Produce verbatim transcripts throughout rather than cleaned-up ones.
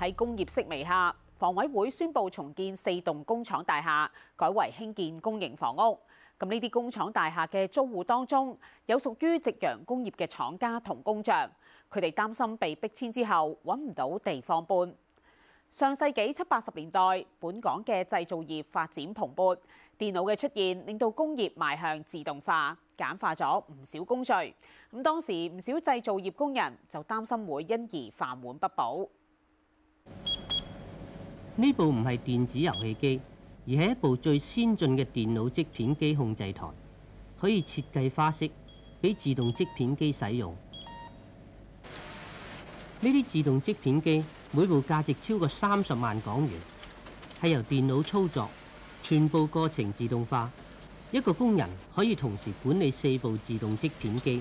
喺工業式微下，房委會宣布重建四棟工廠大廈，改為興建公營房屋。咁呢啲工廠大廈嘅租戶當中，有屬於夕陽工業嘅廠家同工匠，佢哋擔心被逼遷之後揾唔到地方搬。上世紀七八十年代，本港嘅製造業發展蓬勃，電腦嘅出現令到工業邁向自動化，簡化咗唔少工序。咁當時唔少製造業工人就擔心會因而飯碗不保。 呢部唔係電子遊戲機，而係一部最先進嘅電腦積片機控制台，可以設計花式俾自動積片機使用。呢啲自動積片機每部價值超過三十萬港元，係由電腦操作，全部過程自動化。一個工人可以同時管理四部自動積片機。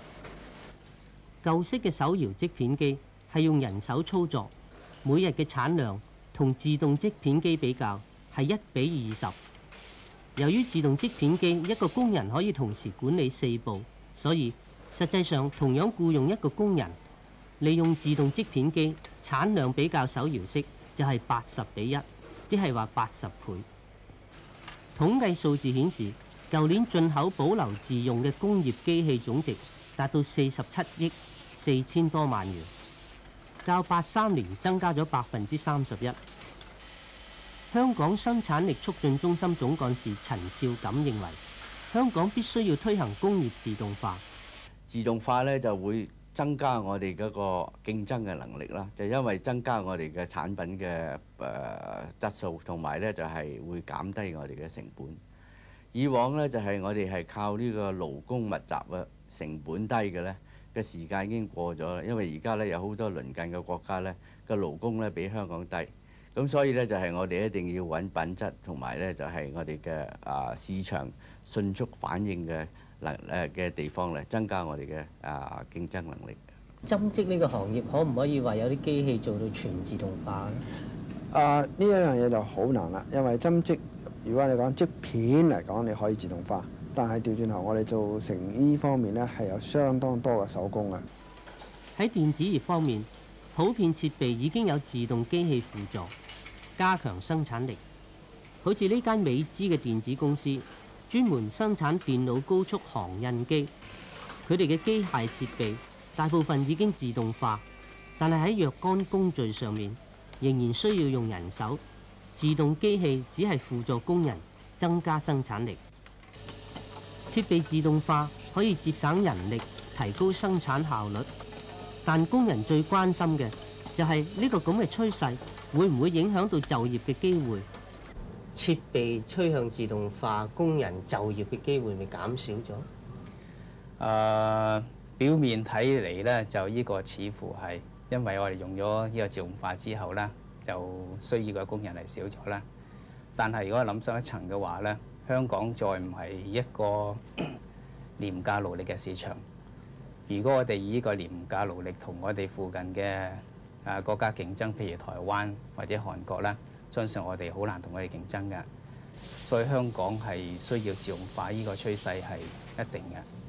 舊式嘅手搖積片機係用人手操作，每日嘅產量同自動積片機比較係一比二十。由於自動積片機一個工人可以同時管理四部，所以實際上同樣僱用一個工人，利用自動積片機產量比較手搖式就係八十比一，即係話八十倍。統計數字顯示，舊年進口保留自用嘅工業機器總值達到四十七億四千多萬元，較八三年增加咗百分之三十一。香港生產力促進中心總幹事陳少錦認為，香港必須要推行工業自動化。 自動化咧就會增加我哋嗰個競爭嘅能力啦，就因為增加我哋嘅產品嘅誒質素，同埋咧就係會減低我哋嘅成本。以往咧就係我哋係靠呢個勞工密集嘅成本低嘅咧嘅時間已經過咗啦，因為而家咧有好多鄰近嘅國家咧嘅勞工咧比香港低，咁所以咧就係我哋一定要揾品質，同埋咧就係我哋嘅啊市場迅速反應嘅能誒嘅地方嚟增加我哋嘅啊競爭能力。 針織呢個行業可唔可以話有啲機器做到全自動化咧？ 啊，呢一樣嘢就好難啦，因為針織如果你講織片嚟講，你可以自動化，但係調轉頭我哋做成衣方面咧係有相當多嘅手工嘅。 喺電子業方面，普遍設備已經有自動機器輔助，加強生產力。好似呢間美資嘅電子公司，專門生產電腦高速航印機，佢哋嘅機械設備大部分已經自動化，但係喺若干工序上面仍然需要用人手。自動機器只係輔助工人增加生產力。設備自動化可以節省人力，提高生產效率。但工人最關心嘅就係呢個咁嘅趨勢會唔會影響到就業嘅機會？設備趨向自動化，工人就業嘅機會咪減少咗？ 誒、呃，表面睇嚟咧，就呢個似乎係因為我哋用咗呢個自動化之後咧，就需要嘅工人係少咗啦。但係如果諗深一層嘅話咧，香港再唔係一個廉價勞力嘅市場。如果我哋以呢個廉價勞力同我哋附近嘅誒國家競爭，譬如台灣或者韓國啦，相信我哋好難同佢哋競爭㗎。所以香港係需要自動化，呢個趨勢係一定嘅。